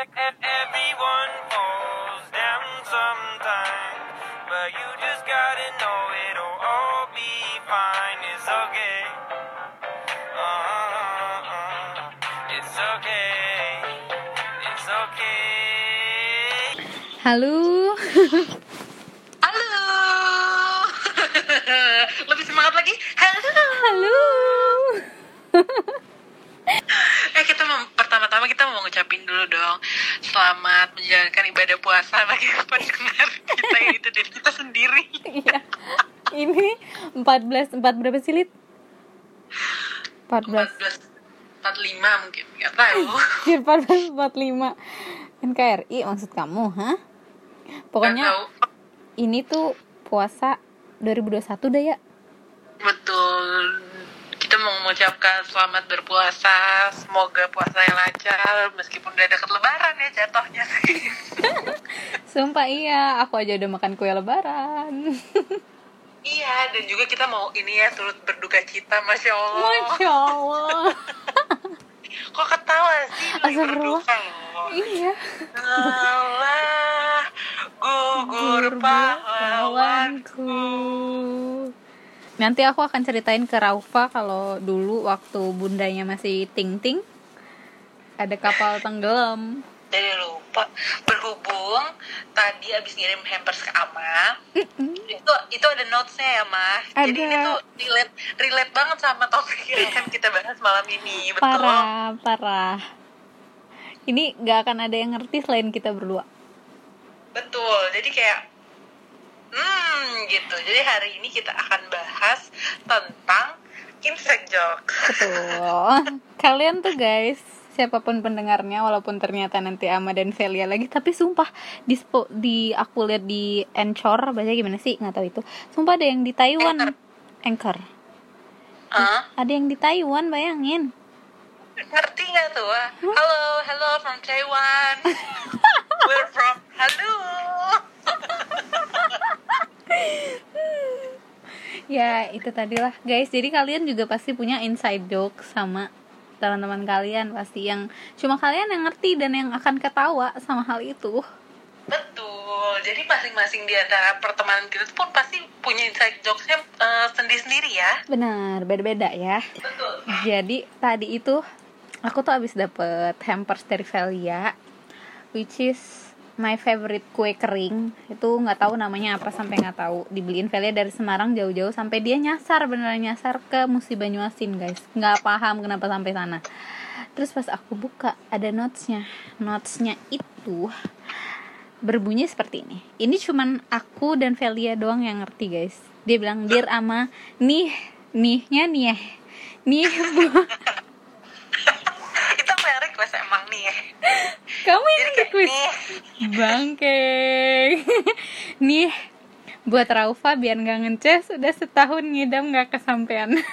Everyone falls down sometimes, but you just gotta know it'll all be fine. It's okay. It's okay. It's okay. Halo. Halo. Lebih semangat lagi. Halo. Pertama-tama kita mau ngucapin dulu dong selamat menjalankan ibadah puasa bagi pendengar kita yang itu dari kita sendiri. Iya. Ini 14 berapa sih, Lid? 45 mungkin, nggak tahu. 1445 NKRI maksud kamu, hah? Pokoknya Nggak tahu. ini tuh puasa 2021 dah ya. Betul. Kita mau mengucapkan selamat berpuasa, semoga puasanya lancar meskipun udah deket lebaran ya jatuhnya sih. Sumpah iya, aku aja udah makan kue lebaran. Iya, dan juga kita mau ini ya turut berduka cita, Masya Allah. Masya Allah. Kok ketawa sih? Lagi Astagfirullah. berduka loh. Iya. Allah, gugur pahlawanku. Nanti aku akan ceritain ke Raufa kalau dulu waktu bundanya masih ting-ting ada kapal tenggelam. Jadi lupa, berhubung tadi abis ngirim hampers ke Ama, itu ada notesnya ya Mah. Jadi ini tuh relate banget sama topik yang akan kita bahas malam ini. Betul. Parah. Ini gak akan ada yang ngerti selain kita berdua. Betul. Jadi kayak gitu. Jadi hari ini kita akan bahas tentang inside joke. Betul. Kalian tuh guys, siapapun pendengarnya, walaupun ternyata nanti Ama dan Velia lagi, tapi sumpah di aku lihat di Anchor, baca gimana sih, nggak tahu itu. Sumpah ada yang di Taiwan. Anchor. Ada yang di Taiwan, bayangin. Ngerti nggak tuh? Hello from Taiwan. We're from hello. Ya itu tadilah guys. Jadi kalian juga pasti punya inside joke sama teman-teman kalian pasti, yang cuma kalian yang ngerti dan yang akan ketawa sama hal itu. Betul. Jadi masing-masing di antara pertemanan kita pun pasti punya inside jokes-nya sendiri-sendiri ya. Benar, beda-beda ya. Betul. Jadi tadi itu aku tuh abis dapet hampers dari Velia, which is my favorite kue kering. Itu nggak tahu namanya apa, sampai nggak tahu. Dibeliin Velia dari Semarang jauh-jauh sampai dia beneran nyasar ke Musi Banyuasin guys. Nggak paham kenapa sampai sana. Terus pas aku buka ada notesnya itu berbunyi seperti ini. Ini cuman aku dan Velia doang yang ngerti guys. Dia bilang, "Dear Ama, nihnya nih buah." Itu yang request emang nih ya. Kamu yang Jadi kayak request bangke. Nih buat Raufa biar gak ngeces, udah setahun ngidam gak kesampean.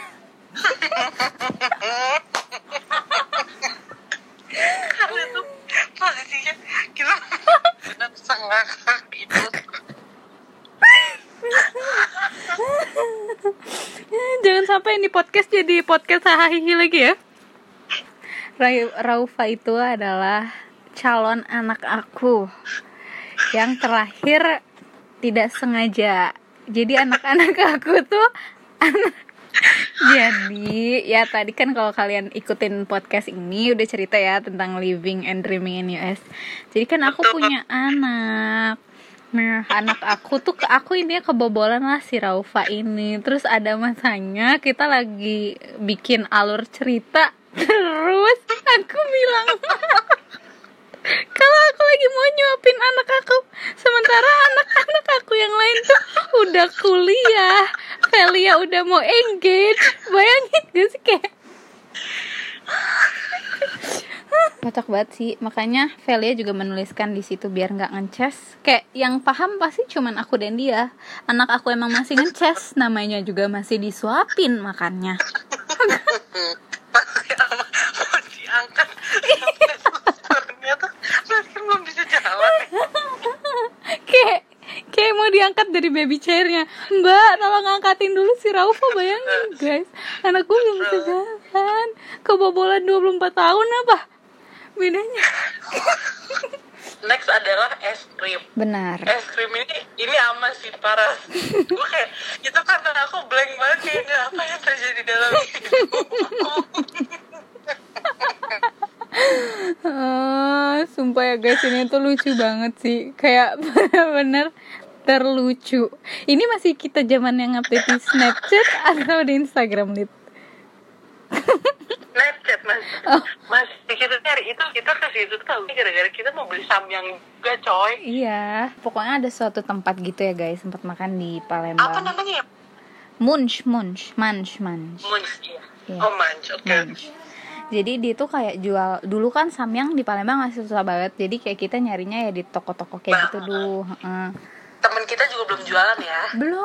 Karena tuh posisinya kita benar sangat gitu. Jangan sampai ini podcast jadi podcast hahihi lagi ya. Raufa itu adalah calon anak aku yang terakhir tidak sengaja. Jadi anak-anak aku tuh jadi ya tadi kan kalau kalian ikutin podcast ini udah cerita ya tentang living and dreaming in US. Jadi kan aku punya anak. Nah, anak aku tuh ini kebobolan lah si Raufa ini. Terus ada masanya kita lagi bikin alur cerita, terus aku bilang kalau aku lagi mau nyuapin anak aku, sementara anak-anak aku yang lain tuh udah kuliah, Velia udah mau engage. Bayangin gak sih kayak kocak banget sih. Makanya Velia juga menuliskan di situ biar nggak ngeces. Kayak yang paham pasti cuman aku dan dia. Anak aku emang masih ngeces, namanya juga masih disuapin makannya. Mau diangkat. Ternyata masih belum bisa jalan. Kayak mau diangkat dari baby chairnya. Mbak, tolong angkatin dulu si Raufa. Bayangin guys, anakku belum bisa jalan, kebobolan 24 tahun apa bedanya. adalah es krim. Benar. Es krim ini aman sih, parah. Gue kayak itu karena aku blank banget, kayak apa yang terjadi dalam hidupku. Sumpah ya guys, ini tuh lucu banget sih. Kayak bener-bener terlucu. Ini masih kita zaman yang update di Snapchat atau di Instagram, Lid? Snapchat mas kita cari itu, kita ke situ tuh gara-gara kita mau beli samyang juga coy. Iya, pokoknya ada suatu tempat gitu ya guys, tempat makan di Palembang. Apa namanya ya? Munch. Munch, iya. Iya. Oh, Munch, oke. Munch. Jadi dia tuh kayak jual, dulu kan samyang di Palembang masih susah banget. Jadi kayak kita nyarinya ya di toko-toko kayak gitu dulu. Temen kita juga belum jualan ya?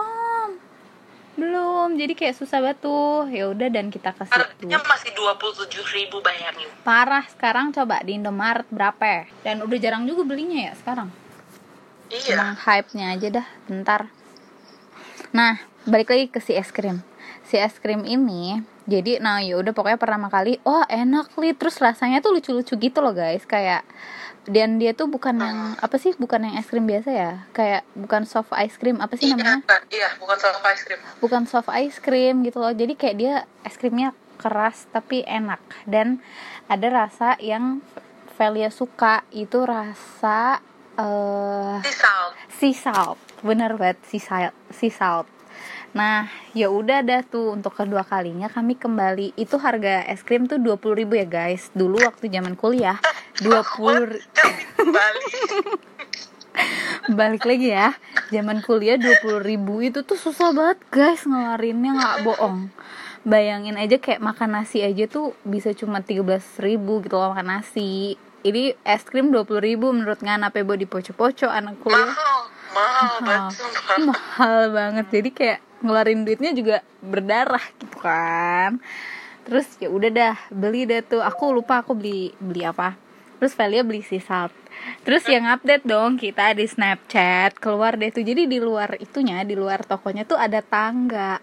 Belum. Jadi kayak susah banget tuh. Ya udah, dan kita ke situ. Harganya masih 27.000, bayangin. Parah. Sekarang coba di Indomaret berapa? Dan udah jarang juga belinya ya sekarang. Iya. Emang hype-nya aja dah, bentar. Nah, balik lagi ke si es krim. Si es krim ini, jadi nah ya udah pokoknya pertama kali, enak Li, terus rasanya tuh lucu-lucu gitu loh guys, kayak, dan dia tuh bukan yang apa sih, bukan yang es krim biasa ya, kayak bukan soft ice cream, apa sih namanya? Iya, bukan soft ice cream. Bukan soft ice cream gitu loh, jadi kayak dia es krimnya keras tapi enak, dan ada rasa yang Velia suka, itu rasa sea salt, bener banget, sea salt. Nah, ya udah dah tuh, untuk kedua kalinya kami kembali. Itu harga es krim tuh 20.000 ya guys. Dulu waktu zaman kuliah 20 kembali. Balik lagi ya. Zaman kuliah 20.000 itu tuh susah banget guys ngeluarinnya, enggak bohong. Bayangin aja kayak makan nasi aja tuh bisa cuma 13.000 gitu loh, makan nasi. Ini es krim 20.000 menurut Ngana Pebo di poco-poco anak kuliah. Mahal banget. Jadi kayak ngeluarin duitnya juga berdarah gitu kan. Terus ya udah dah, beli deh tuh. Aku lupa aku beli apa. Terus Velia beli sea salt. Terus yang update dong kita di Snapchat, keluar deh tuh. Jadi di luar itunya, di luar tokonya tuh ada tangga.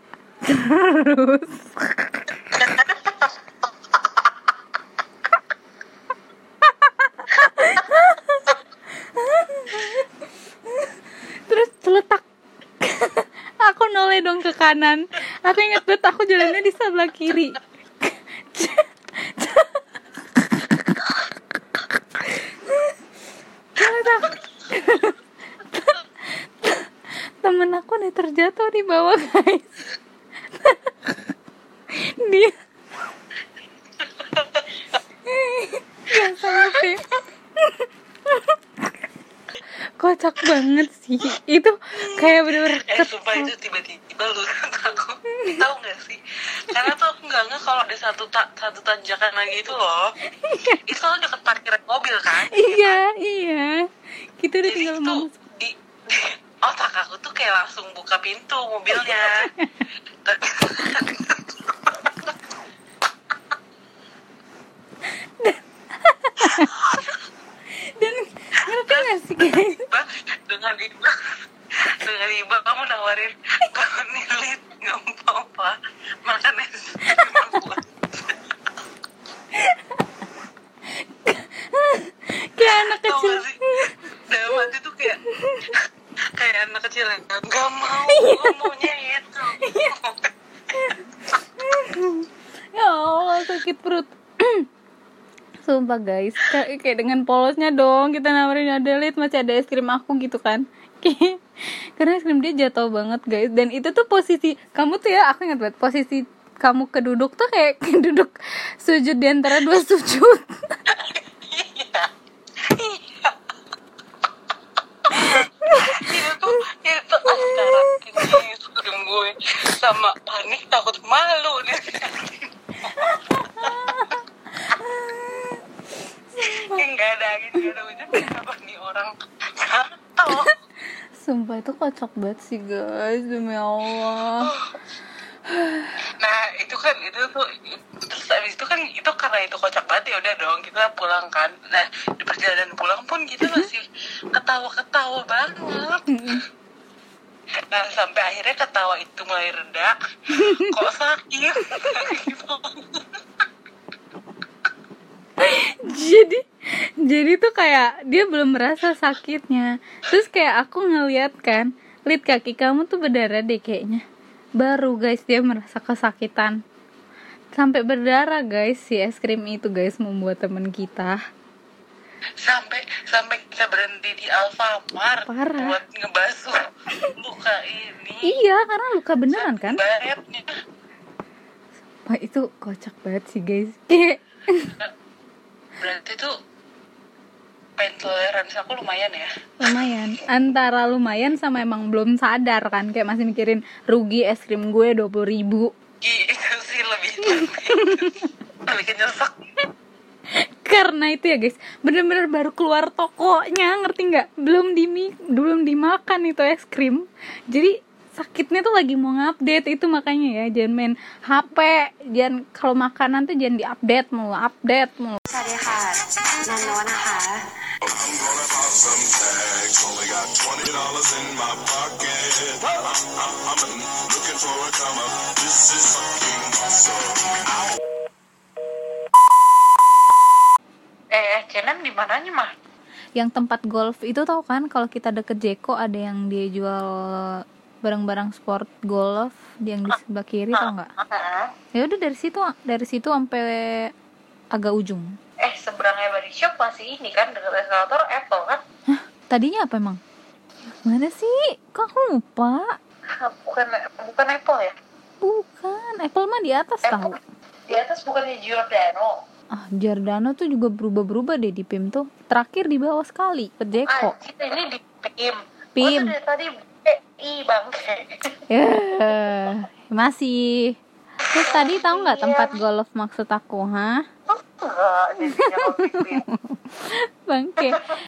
Terus terletak. Aku noleh dong ke kanan. Aku inget banget aku jalannya di sebelah kiri. Temen aku nih terjatuh di bawah guys. Dia gak sampai. Kocak banget sih. Itu kayak bener-bener sumpah itu tiba-tiba lu aku tahu nggak sih, karena tuh aku nggak kalau ada satu tanjakan lagi itu loh. Itu kalau deket parkiran mobil kan. Iya kita udah tinggal tuh di otak aku tuh kayak langsung buka pintu mobilnya. Dan ngerti gak sih guys, dengan iba kamu nawarin, kamu nih Lid, nggak apa-apa makan es krim. kayak anak kecil. Dalam hati tuh kayak anak kecil yang nggak mau, gue maunya itu. Ya Allah, sakit perut. Sumpah guys, kayak dengan polosnya dong kita nawarin, ada Lid masih ada es krim aku gitu kan. Karena es krim dia jatuh banget guys. Dan itu tuh posisi kamu tuh ya, aku ingat banget posisi kamu keduduk tuh kayak duduk sujud di antara dua sujud. Iya. Itu antara ini sudung gue sama panik takut malu nih. Nggak ada angin, nggak ada hujan, kenapa nih orang kacau. Sumpah itu kocak banget sih guys, demi Allah. Nah itu tuh terus abis itu kan itu karena itu kocak banget, ya udah dong kita pulang kan. Nah di perjalanan pulang pun kita masih ketawa banget. Nah sampai akhirnya ketawa itu mulai reda, kok sakit gitu. jadi tuh kayak dia belum merasa sakitnya. Terus kayak aku ngeliat kan, lihat kaki kamu tuh berdarah deh kayaknya. Baru guys dia merasa kesakitan. Sampai berdarah guys si es krim itu guys, membuat teman kita. Sampai kita berhenti di Alfamart Parah. buat ngebasuh luka ini. Iya, karena luka beneran kan. Baretnya. Wah, itu kocak banget sih guys. Kayak Berarti tuh pain tolerance aku lumayan ya. lumayan, antara lumayan sama emang belum sadar kan, kayak masih mikirin rugi es krim gue 20.000. Itu sih lebih bikin nyesek. Karena itu ya guys, bener-bener baru keluar tokonya, ngerti nggak? Belum dimakan itu es krim. Jadi sakitnya tuh lagi mau ngupdate itu, makanya ya jangan main HP, jangan kalau makanan tuh jangan update mulu. สวัสดีค่ะนันโนนะคะ H&M di mananya mah? Yang tempat golf itu tahu kan, kalau kita deket Jeko ada yang dia jual barang-barang sport golf yang di sebelah kiri, tau nggak? Ya udah dari situ sampai agak ujung. Seberangnya body shop masih ini kan, dekat eskalator Apple kan? Hah? Tadinya apa emang? Mana sih? Kok aku lupa? Bukan Apple ya? Bukan, Apple mah di atas tahu. Di atas bukannya Giordano? Ah, Giordano tuh juga berubah-berubah deh di PIM tuh. Terakhir di bawah sekali, ke Jeko. Ini di PIM. PIM. Oh, dari tadi bangke. Ya, masih. Terus tadi tahu nggak tempat golf maksud aku, ha? Enggak, jadinya kalau di PIM. Bangke.